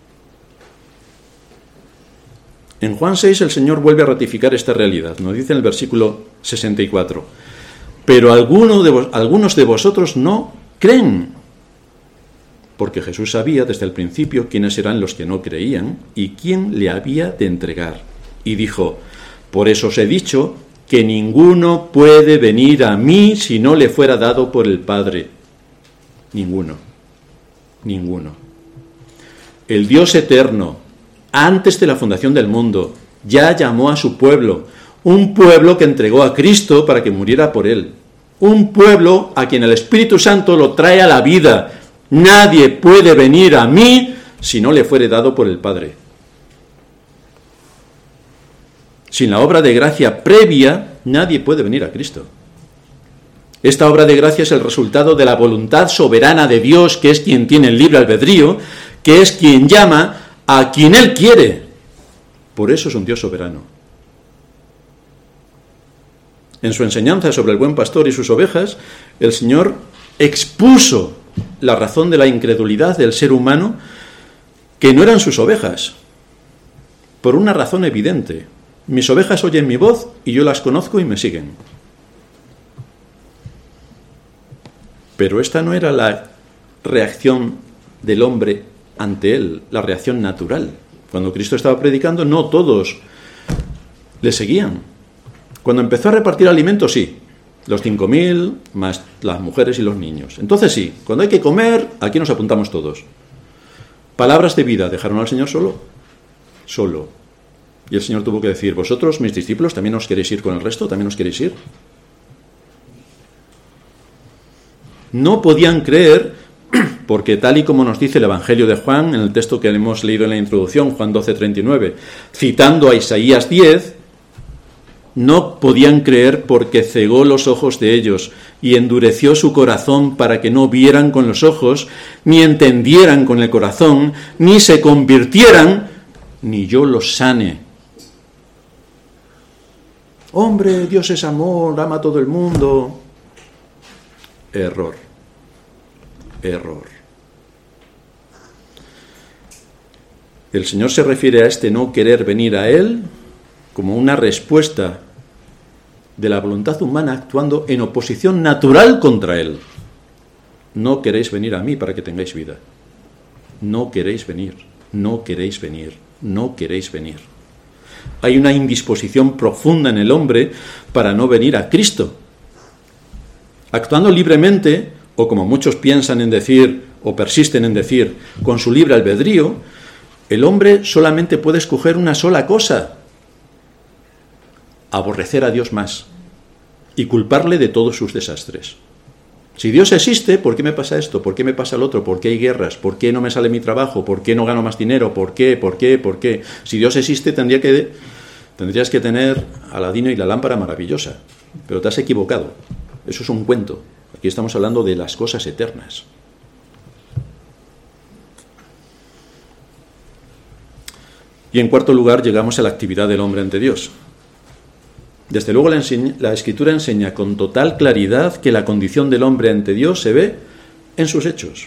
En Juan seis el Señor vuelve a ratificar esta realidad. Nos dice en el versículo sesenta y cuatro. Pero alguno de vos, algunos de vosotros no creen. Porque Jesús sabía desde el principio quiénes eran los que no creían y quién le había de entregar. Y dijo, por eso os he dicho que ninguno puede venir a mí si no le fuera dado por el Padre. Ninguno. Ninguno. El Dios eterno, antes de la fundación del mundo, ya llamó a su pueblo, un pueblo que entregó a Cristo para que muriera por él. Un pueblo a quien el Espíritu Santo lo trae a la vida. Nadie puede venir a mí si no le fuere dado por el Padre. Sin la obra de gracia previa, nadie puede venir a Cristo. Esta obra de gracia es el resultado de la voluntad soberana de Dios, que es quien tiene el libre albedrío, que es quien llama a quien Él quiere. Por eso es un Dios soberano. En su enseñanza sobre el buen pastor y sus ovejas, el Señor expuso la razón de la incredulidad del ser humano, que no eran sus ovejas, por una razón evidente. Mis ovejas oyen mi voz y yo las conozco y me siguen. Pero esta no era la reacción del hombre ante él, la reacción natural. Cuando Cristo estaba predicando, no todos le seguían. Cuando empezó a repartir alimentos, sí. Los cinco mil, más las mujeres y los niños. Entonces sí, cuando hay que comer, aquí nos apuntamos todos. Palabras de vida, ¿dejaron al Señor solo? Solo. Y el Señor tuvo que decir, vosotros, mis discípulos, ¿también os queréis ir con el resto? ¿También os queréis ir? No podían creer, porque tal y como nos dice el Evangelio de Juan, en el texto que hemos leído en la introducción, Juan doce, treinta y nueve, citando a Isaías diez, no podían creer porque cegó los ojos de ellos y endureció su corazón para que no vieran con los ojos, ni entendieran con el corazón, ni se convirtieran, ni yo los sane. Hombre, Dios es amor, ama a todo el mundo. Error. Error. El Señor se refiere a este no querer venir a Él como una respuesta de la voluntad humana actuando en oposición natural contra Él. No queréis venir a mí para que tengáis vida. No queréis venir, no queréis venir, no queréis venir. Hay una indisposición profunda en el hombre para no venir a Cristo. Actuando libremente, o como muchos piensan en decir, o persisten en decir, con su libre albedrío, el hombre solamente puede escoger una sola cosa: aborrecer a Dios más y culparle de todos sus desastres. Si Dios existe, ¿por qué me pasa esto? ¿Por qué me pasa lo otro? ¿Por qué hay guerras? ¿Por qué no me sale mi trabajo? ¿Por qué no gano más dinero? ¿Por qué? ¿Por qué? ¿Por qué? Si Dios existe, tendría que, tendrías que tener Aladino y la lámpara maravillosa. Pero te has equivocado. Eso es un cuento. Aquí estamos hablando de las cosas eternas. Y en cuarto lugar, llegamos a la actividad del hombre ante Dios. Desde luego la, enseña, la Escritura enseña con total claridad que la condición del hombre ante Dios se ve en sus hechos.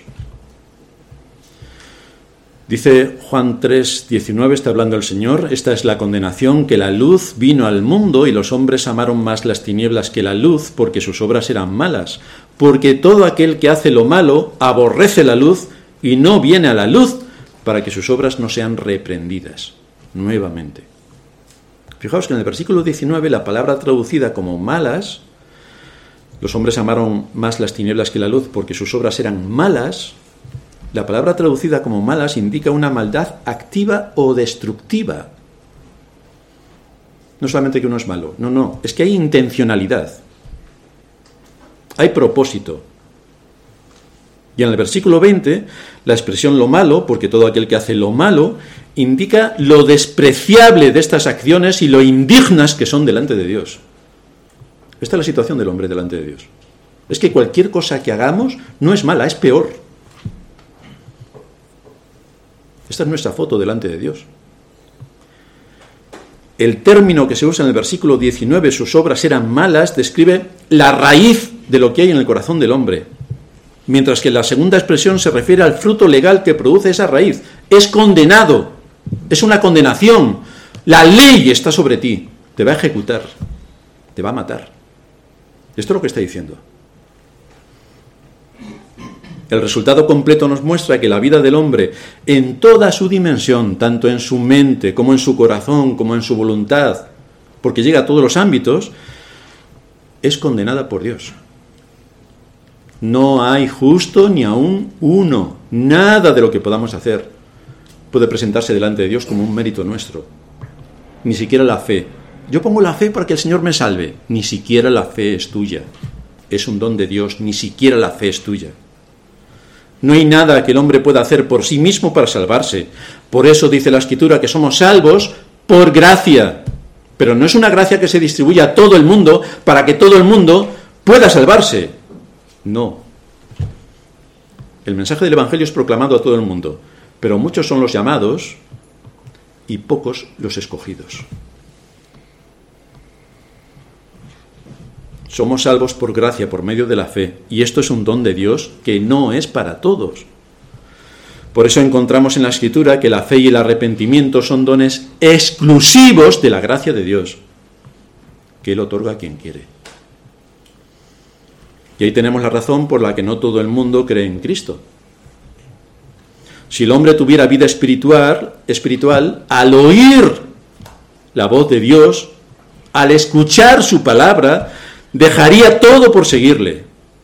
Dice Juan tres diecinueve, está hablando el Señor: esta es la condenación, que la luz vino al mundo y los hombres amaron más las tinieblas que la luz, porque sus obras eran malas. Porque todo aquel que hace lo malo aborrece la luz y no viene a la luz, para que sus obras no sean reprendidas. Nuevamente. Fijaos que en el versículo diecinueve la palabra traducida como malas, los hombres amaron más las tinieblas que la luz porque sus obras eran malas, la palabra traducida como malas indica una maldad activa o destructiva. No solamente que uno es malo, no, no, es que hay intencionalidad, hay propósito. Y en el versículo veinte, la expresión lo malo, porque todo aquel que hace lo malo, indica lo despreciable de estas acciones y lo indignas que son delante de Dios. Esta es la situación del hombre delante de Dios. Es que cualquier cosa que hagamos no es mala, es peor. Esta es nuestra foto delante de Dios. El término que se usa en el versículo diecinueve, sus obras eran malas, describe la raíz de lo que hay en el corazón del hombre. Mientras que la segunda expresión se refiere al fruto legal que produce esa raíz. Es condenado, es una condenación. La ley está sobre ti, te va a ejecutar, te va a matar. Esto es lo que está diciendo. El resultado completo nos muestra que la vida del hombre, en toda su dimensión, tanto en su mente, como en su corazón, como en su voluntad, porque llega a todos los ámbitos, es condenada por Dios. No hay justo ni aún uno. Nada de lo que podamos hacer puede presentarse delante de Dios como un mérito nuestro. Ni siquiera la fe. Yo pongo la fe para que el Señor me salve. Ni siquiera la fe es tuya. Es un don de Dios. Ni siquiera la fe es tuya. No hay nada que el hombre pueda hacer por sí mismo para salvarse. Por eso dice la Escritura que somos salvos por gracia. Pero no es una gracia que se distribuya a todo el mundo para que todo el mundo pueda salvarse. No. El mensaje del Evangelio es proclamado a todo el mundo, pero muchos son los llamados y pocos los escogidos. Somos salvos por gracia, por medio de la fe, y esto es un don de Dios que no es para todos. Por eso encontramos en la Escritura que la fe y el arrepentimiento son dones exclusivos de la gracia de Dios, que Él otorga a quien quiere. Y ahí tenemos la razón por la que no todo el mundo cree en Cristo. Si el hombre tuviera vida espiritual, espiritual, al oír la voz de Dios, al escuchar su palabra, dejaría todo por seguirle.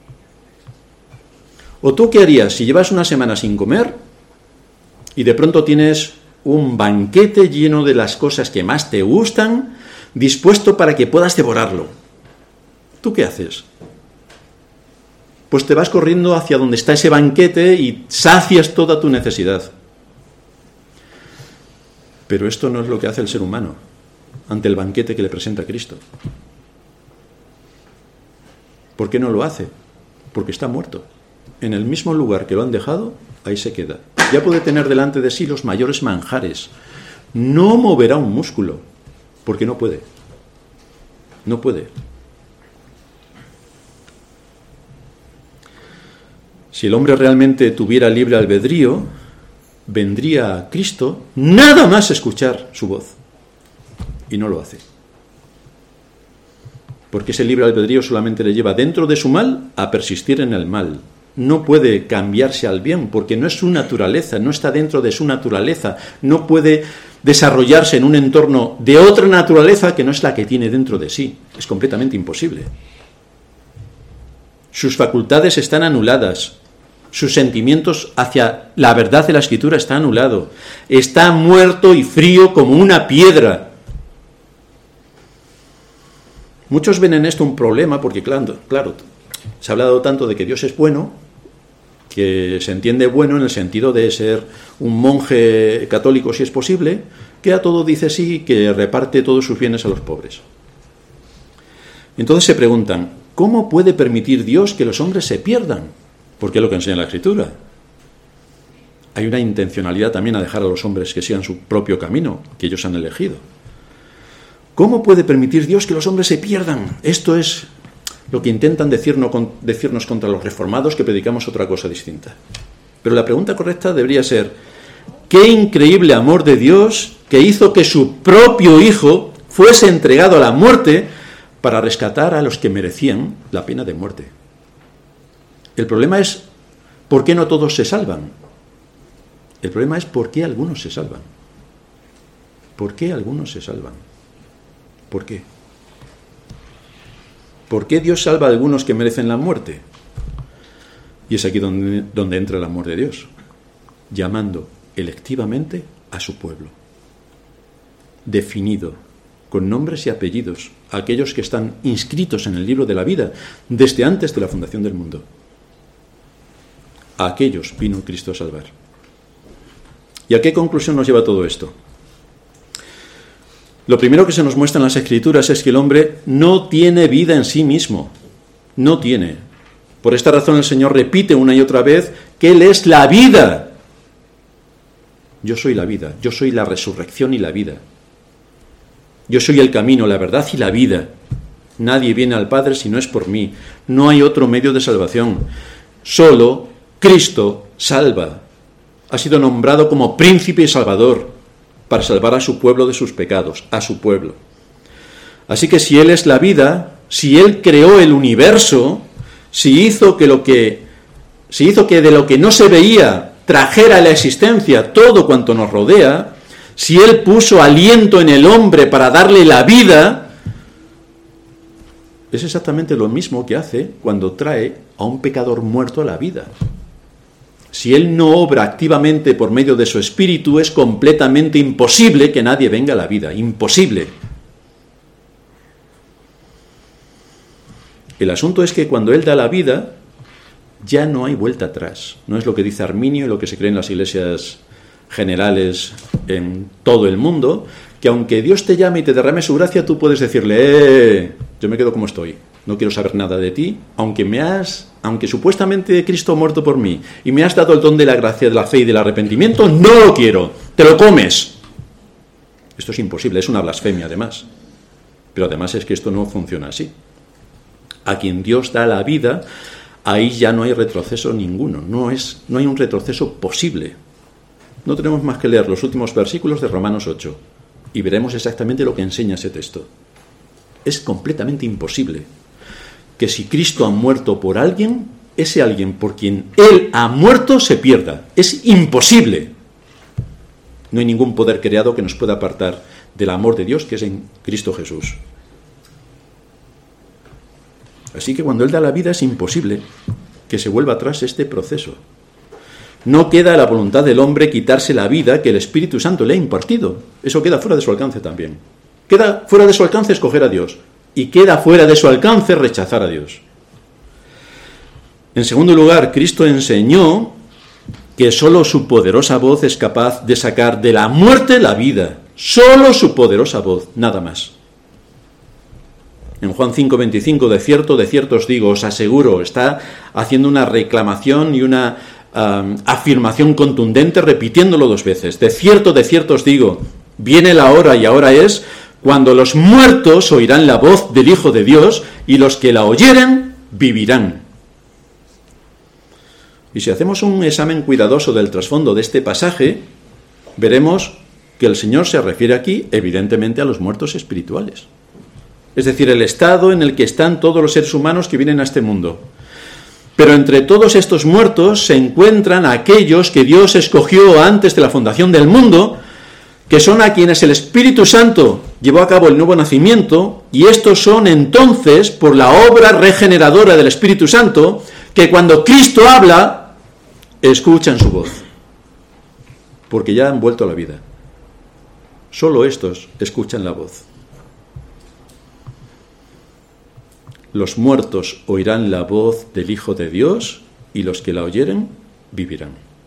¿O tú qué harías si llevas una semana sin comer y de pronto tienes un banquete lleno de las cosas que más te gustan, dispuesto para que puedas devorarlo? ¿Tú qué haces? Pues te vas corriendo hacia donde está ese banquete y sacias toda tu necesidad. Pero esto no es lo que hace el ser humano ante el banquete que le presenta Cristo. ¿Por qué no lo hace? Porque está muerto. En el mismo lugar que lo han dejado, ahí se queda. Ya puede tener delante de sí los mayores manjares. No moverá un músculo, porque no puede. No puede. Si el hombre realmente tuviera libre albedrío, vendría a Cristo nada más escuchar su voz. Y no lo hace. Porque ese libre albedrío solamente le lleva dentro de su mal a persistir en el mal. No puede cambiarse al bien, porque no es su naturaleza, no está dentro de su naturaleza. No puede desarrollarse en un entorno de otra naturaleza que no es la que tiene dentro de sí. Es completamente imposible. Sus facultades están anuladas. Sus sentimientos hacia la verdad de la Escritura está anulado. Está muerto y frío como una piedra. Muchos ven en esto un problema porque, claro, claro, se ha hablado tanto de que Dios es bueno, que se entiende bueno en el sentido de ser un monje católico si es posible, que a todo dice sí, que reparte todos sus bienes a los pobres. Entonces se preguntan, ¿cómo puede permitir Dios que los hombres se pierdan? Porque es lo que enseña la Escritura. Hay una intencionalidad también a dejar a los hombres que sigan su propio camino, que ellos han elegido. ¿Cómo puede permitir Dios que los hombres se pierdan? Esto es lo que intentan decirnos, decirnos contra los reformados, que predicamos otra cosa distinta. Pero la pregunta correcta debería ser, ¿qué increíble amor de Dios que hizo que su propio Hijo fuese entregado a la muerte para rescatar a los que merecían la pena de muerte? El problema es, ¿por qué no todos se salvan? El problema es, ¿por qué algunos se salvan? ¿Por qué algunos se salvan? ¿Por qué? ¿Por qué Dios salva a algunos que merecen la muerte? Y es aquí donde, donde entra el amor de Dios, llamando electivamente a su pueblo, definido, con nombres y apellidos, a aquellos que están inscritos en el libro de la vida desde antes de la fundación del mundo. A aquellos vino Cristo a salvar. ¿Y a qué conclusión nos lleva todo esto? Lo primero que se nos muestra en las Escrituras es que el hombre no tiene vida en sí mismo. No tiene. Por esta razón el Señor repite una y otra vez que Él es la vida. Yo soy la vida, yo soy la resurrección y la vida. Yo soy el camino, la verdad y la vida. Nadie viene al Padre si no es por mí. No hay otro medio de salvación. Solo Cristo salva. Ha sido nombrado como príncipe y salvador para salvar a su pueblo de sus pecados, a su pueblo. Así que si Él es la vida, si Él creó el universo, si hizo que lo que, si hizo que de lo que no se veía trajera a la existencia todo cuanto nos rodea, si Él puso aliento en el hombre para darle la vida, es exactamente lo mismo que hace cuando trae a un pecador muerto a la vida. Si Él no obra activamente por medio de su espíritu, es completamente imposible que nadie venga a la vida. Imposible. El asunto es que cuando Él da la vida, ya no hay vuelta atrás. No es lo que dice Arminio y lo que se cree en las iglesias generales en todo el mundo, que aunque Dios te llame y te derrame su gracia, tú puedes decirle, eh, yo me quedo como estoy. No quiero saber nada de ti, aunque me has, aunque supuestamente Cristo ha muerto por mí y me has dado el don de la gracia, de la fe y del arrepentimiento, no lo quiero, te lo comes. Esto es imposible, es una blasfemia además. Pero además es que esto no funciona así. A quien Dios da la vida, ahí ya no hay retroceso ninguno, no, es, no hay un retroceso posible. No tenemos más que leer los últimos versículos de Romanos ocho y veremos exactamente lo que enseña ese texto. Es completamente imposible que si Cristo ha muerto por alguien, ese alguien por quien Él ha muerto se pierda. Es imposible. No hay ningún poder creado que nos pueda apartar del amor de Dios que es en Cristo Jesús. Así que cuando Él da la vida es imposible que se vuelva atrás este proceso. No queda a la voluntad del hombre quitarse la vida que el Espíritu Santo le ha impartido. Eso queda fuera de su alcance también. Queda fuera de su alcance escoger a Dios. Y queda fuera de su alcance rechazar a Dios. En segundo lugar, Cristo enseñó que solo su poderosa voz es capaz de sacar de la muerte la vida. Solo su poderosa voz, nada más. En Juan cinco veinticinco, de cierto, de cierto os digo, os aseguro, está haciendo una reclamación y una um, afirmación contundente, repitiéndolo dos veces. De cierto, de cierto os digo, viene la hora y ahora es cuando los muertos oirán la voz del Hijo de Dios y los que la oyeren vivirán. Y si hacemos un examen cuidadoso del trasfondo de este pasaje, veremos que el Señor se refiere aquí, evidentemente, a los muertos espirituales. Es decir, el estado en el que están todos los seres humanos que vienen a este mundo. Pero entre todos estos muertos se encuentran aquellos que Dios escogió antes de la fundación del mundo, que son a quienes el Espíritu Santo llevó a cabo el nuevo nacimiento, y estos son entonces, por la obra regeneradora del Espíritu Santo, que cuando Cristo habla, escuchan su voz, porque ya han vuelto a la vida. Solo estos escuchan la voz. Los muertos oirán la voz del Hijo de Dios, y los que la oyeren vivirán.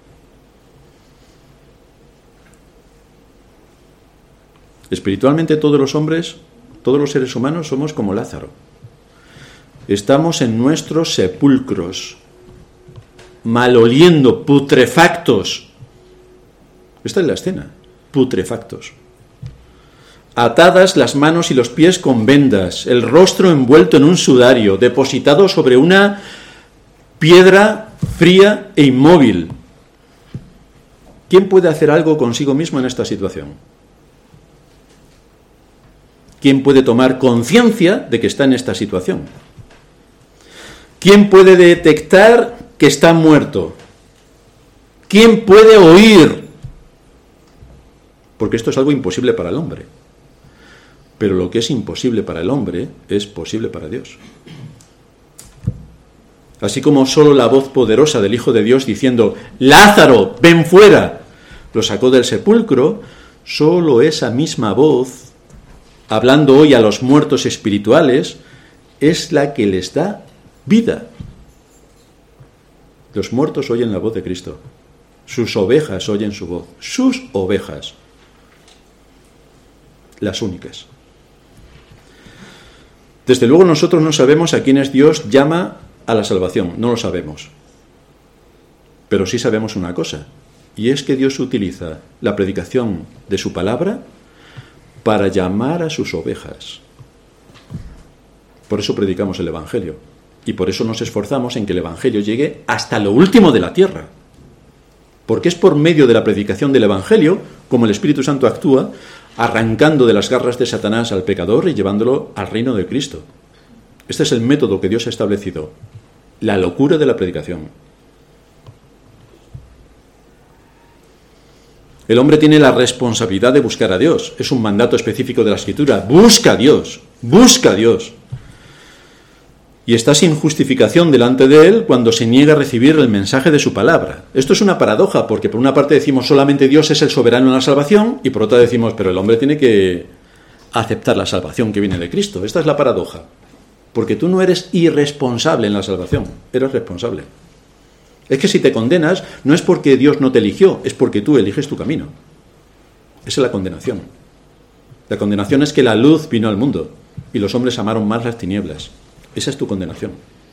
Espiritualmente todos los hombres, todos los seres humanos somos como Lázaro. Estamos en nuestros sepulcros, maloliendo, putrefactos. Esta es la escena, putrefactos. Atadas las manos y los pies con vendas, el rostro envuelto en un sudario, depositado sobre una piedra fría e inmóvil. ¿Quién puede hacer algo consigo mismo en esta situación? ¿Quién puede tomar conciencia de que está en esta situación? ¿Quién puede detectar que está muerto? ¿Quién puede oír? Porque esto es algo imposible para el hombre. Pero lo que es imposible para el hombre es posible para Dios. Así como solo la voz poderosa del Hijo de Dios diciendo, Lázaro, ven fuera, lo sacó del sepulcro, solo esa misma voz, hablando hoy a los muertos espirituales, es la que les da vida. Los muertos oyen la voz de Cristo. Sus ovejas oyen su voz. Sus ovejas. Las únicas. Desde luego nosotros no sabemos a quiénes Dios llama a la salvación. No lo sabemos. Pero sí sabemos una cosa. Y es que Dios utiliza la predicación de su palabra para llamar a sus ovejas. Por eso predicamos el Evangelio. Y por eso nos esforzamos en que el Evangelio llegue hasta lo último de la tierra. Porque es por medio de la predicación del Evangelio como el Espíritu Santo actúa, arrancando de las garras de Satanás al pecador y llevándolo al reino de Cristo. Este es el método que Dios ha establecido. La locura de la predicación. El hombre tiene la responsabilidad de buscar a Dios. Es un mandato específico de la Escritura. Busca a Dios. Busca a Dios. Y está sin justificación delante de él cuando se niega a recibir el mensaje de su palabra. Esto es una paradoja, porque por una parte decimos solamente Dios es el soberano en la salvación, y por otra decimos, pero el hombre tiene que aceptar la salvación que viene de Cristo. Esta es la paradoja. Porque tú no eres irresponsable en la salvación, eres responsable. Es que si te condenas, no es porque Dios no te eligió, es porque tú eliges tu camino. Esa es la condenación. La condenación es que la luz vino al mundo, y los hombres amaron más las tinieblas. Esa es tu condenación.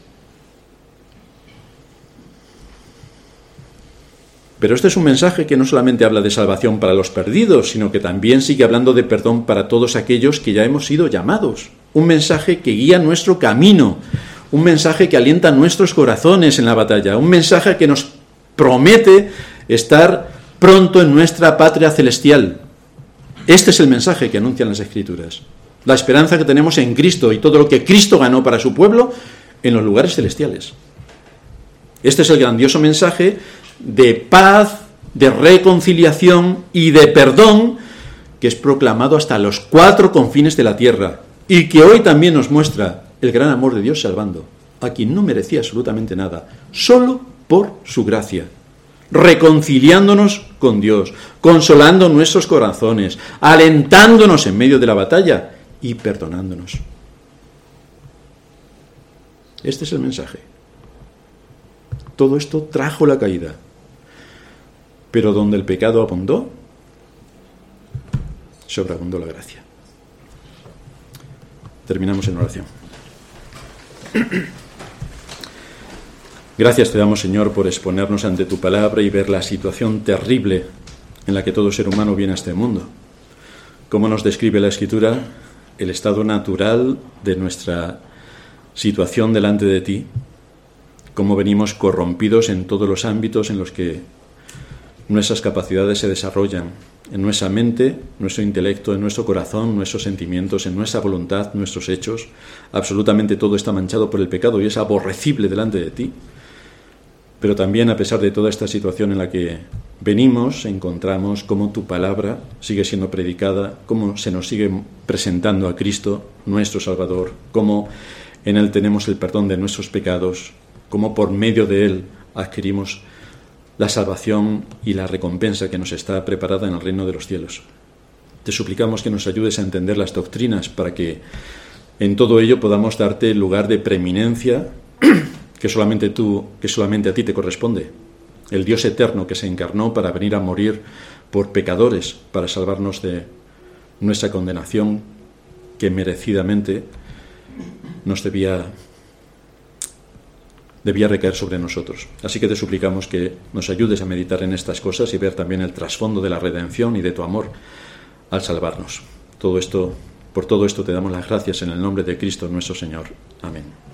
Pero este es un mensaje que no solamente habla de salvación para los perdidos, sino que también sigue hablando de perdón para todos aquellos que ya hemos sido llamados. Un mensaje que guía nuestro camino, un mensaje que alienta nuestros corazones en la batalla, un mensaje que nos promete estar pronto en nuestra patria celestial. Este es el mensaje que anuncian las Escrituras. La esperanza que tenemos en Cristo y todo lo que Cristo ganó para su pueblo en los lugares celestiales. Este es el grandioso mensaje de paz, de reconciliación y de perdón que es proclamado hasta los cuatro confines de la tierra y que hoy también nos muestra el gran amor de Dios salvando a quien no merecía absolutamente nada, solo por su gracia, reconciliándonos con Dios, consolando nuestros corazones, alentándonos en medio de la batalla y perdonándonos. Este es el mensaje. Todo esto trajo la caída. Pero donde el pecado abundó, sobreabundó la gracia. Terminamos en oración. Gracias te damos, Señor, por exponernos ante tu palabra y ver la situación terrible en la que todo ser humano viene a este mundo. Como nos describe la Escritura, el estado natural de nuestra situación delante de ti, cómo venimos corrompidos en todos los ámbitos en los que nuestras capacidades se desarrollan, en nuestra mente, nuestro intelecto, en nuestro corazón, nuestros sentimientos, en nuestra voluntad, nuestros hechos. Absolutamente todo está manchado por el pecado y es aborrecible delante de ti. Pero también, a pesar de toda esta situación en la que venimos, encontramos cómo tu palabra sigue siendo predicada, cómo se nos sigue presentando a Cristo, nuestro Salvador, cómo en Él tenemos el perdón de nuestros pecados, cómo por medio de Él adquirimos la salvación y la recompensa que nos está preparada en el reino de los cielos. Te suplicamos que nos ayudes a entender las doctrinas para que en todo ello podamos darte el lugar de preeminencia que solamente tú, que solamente a ti te corresponde. El Dios eterno que se encarnó para venir a morir por pecadores, para salvarnos de nuestra condenación que merecidamente nos debía debía recaer sobre nosotros. Así que te suplicamos que nos ayudes a meditar en estas cosas y ver también el trasfondo de la redención y de tu amor al salvarnos. Todo esto, por todo esto te damos las gracias en el nombre de Cristo nuestro Señor. Amén.